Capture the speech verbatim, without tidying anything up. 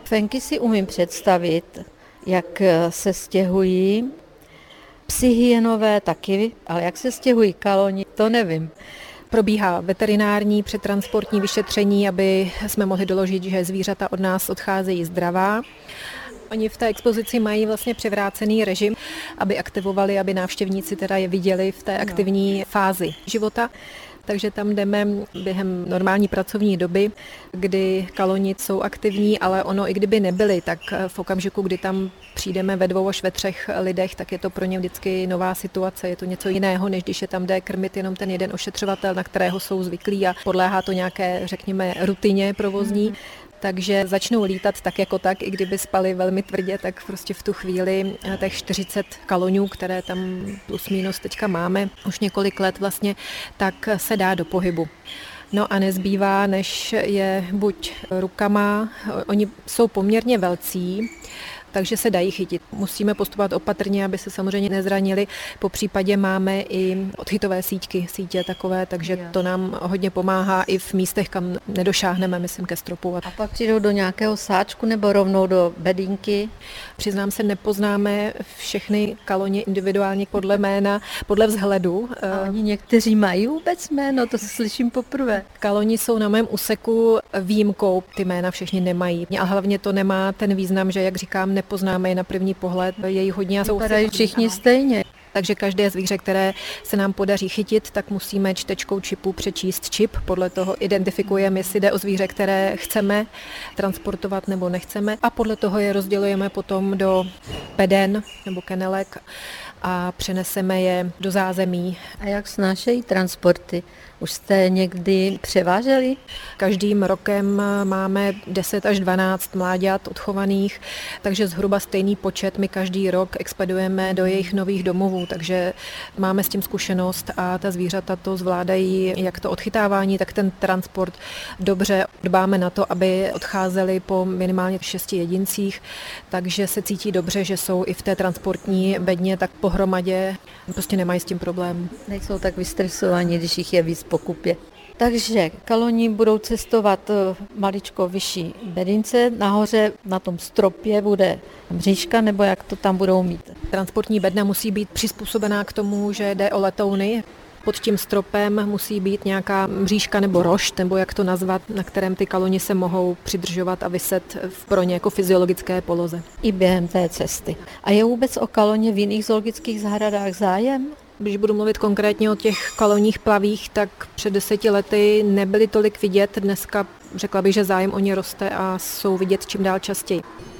Fenky si umím představit, jak se stěhují. Psi hyenové taky, ale jak se stěhují kaloni, to nevím. Probíhá veterinární předtransportní vyšetření, aby jsme mohli doložit, že zvířata od nás odcházejí zdravá. Oni v té expozici mají vlastně převrácený režim, aby aktivovali, aby návštěvníci teda je viděli v té aktivní fázi života. Takže tam jdeme během normální pracovní doby, kdy kaloni jsou aktivní, ale ono i kdyby nebyly, tak v okamžiku, kdy tam přijdeme ve dvou až ve třech lidech, tak je to pro ně vždycky nová situace. Je to něco jiného, než když je tam jde krmit jenom ten jeden ošetřovatel, na kterého jsou zvyklí a podléhá to nějaké, řekněme, rutině provozní. Takže začnou lítat tak jako tak, i kdyby spali velmi tvrdě, tak prostě v tu chvíli těch čtyřicet kalonů, které tam plus minus teďka máme už několik let vlastně, tak se dá do pohybu. No a nezbývá, než je buď rukama, oni jsou poměrně velcí, takže se dají chytit. Musíme postupovat opatrně, aby se samozřejmě nezranili. Po případě máme i odchytové síťky, sítě takové, takže to nám hodně pomáhá i v místech, kam nedošáhneme, myslím, ke stropu. A pak přijdou do nějakého sáčku nebo rovnou do bedínky? Přiznám se, nepoznáme všechny kaloni individuálně podle jména, podle vzhledu. A oni někteří mají vůbec jméno, to slyším poprvé. Kaloni jsou na mém úseku výjimkou, ty jména všechny nemají. A hlavně to nemá ten význam, že, jak říkám, nepoznáme je na první pohled, je jich hodně a jsou vypadají všichni stejně. Takže každé zvíře, které se nám podaří chytit, tak musíme čtečkou čipu přečíst čip. Podle toho identifikujeme, jestli jde o zvíře, které chceme transportovat nebo nechceme. A podle toho je rozdělujeme potom do peden nebo kenelek a přeneseme je do zázemí. A jak snášejí transporty? Už jste někdy převáželi? Každým rokem máme deset až dvanáct mláďat odchovaných, takže zhruba stejný počet my každý rok expedujeme do jejich nových domovů, takže máme s tím zkušenost a ta zvířata to zvládají, jak to odchytávání, tak ten transport dobře. Dbáme na to, aby odcházeli po minimálně šesti jedincích, takže se cítí dobře, že jsou i v té transportní bedně tak pohromadě, prostě nemají s tím problém. Nejsou tak vystresovaní, když jich je víc po kupě. Takže kaloni budou cestovat maličko vyšší bedince, nahoře na tom stropě bude mřížka, nebo jak to tam budou mít? Transportní bedna musí být přizpůsobená k tomu, že jde o letouny. Pod tím stropem musí být nějaká mřížka nebo rošt, nebo jak to nazvat, na kterém ty kaloni se mohou přidržovat a viset v pro ně jako fyziologické poloze. I během té cesty. A je vůbec o kaloně v jiných zoologických zahradách zájem? Když budu mluvit konkrétně o těch kalonních plavích, tak před deseti lety nebyly tolik vidět. Dneska řekla bych, že zájem o ně roste a jsou vidět čím dál častěji.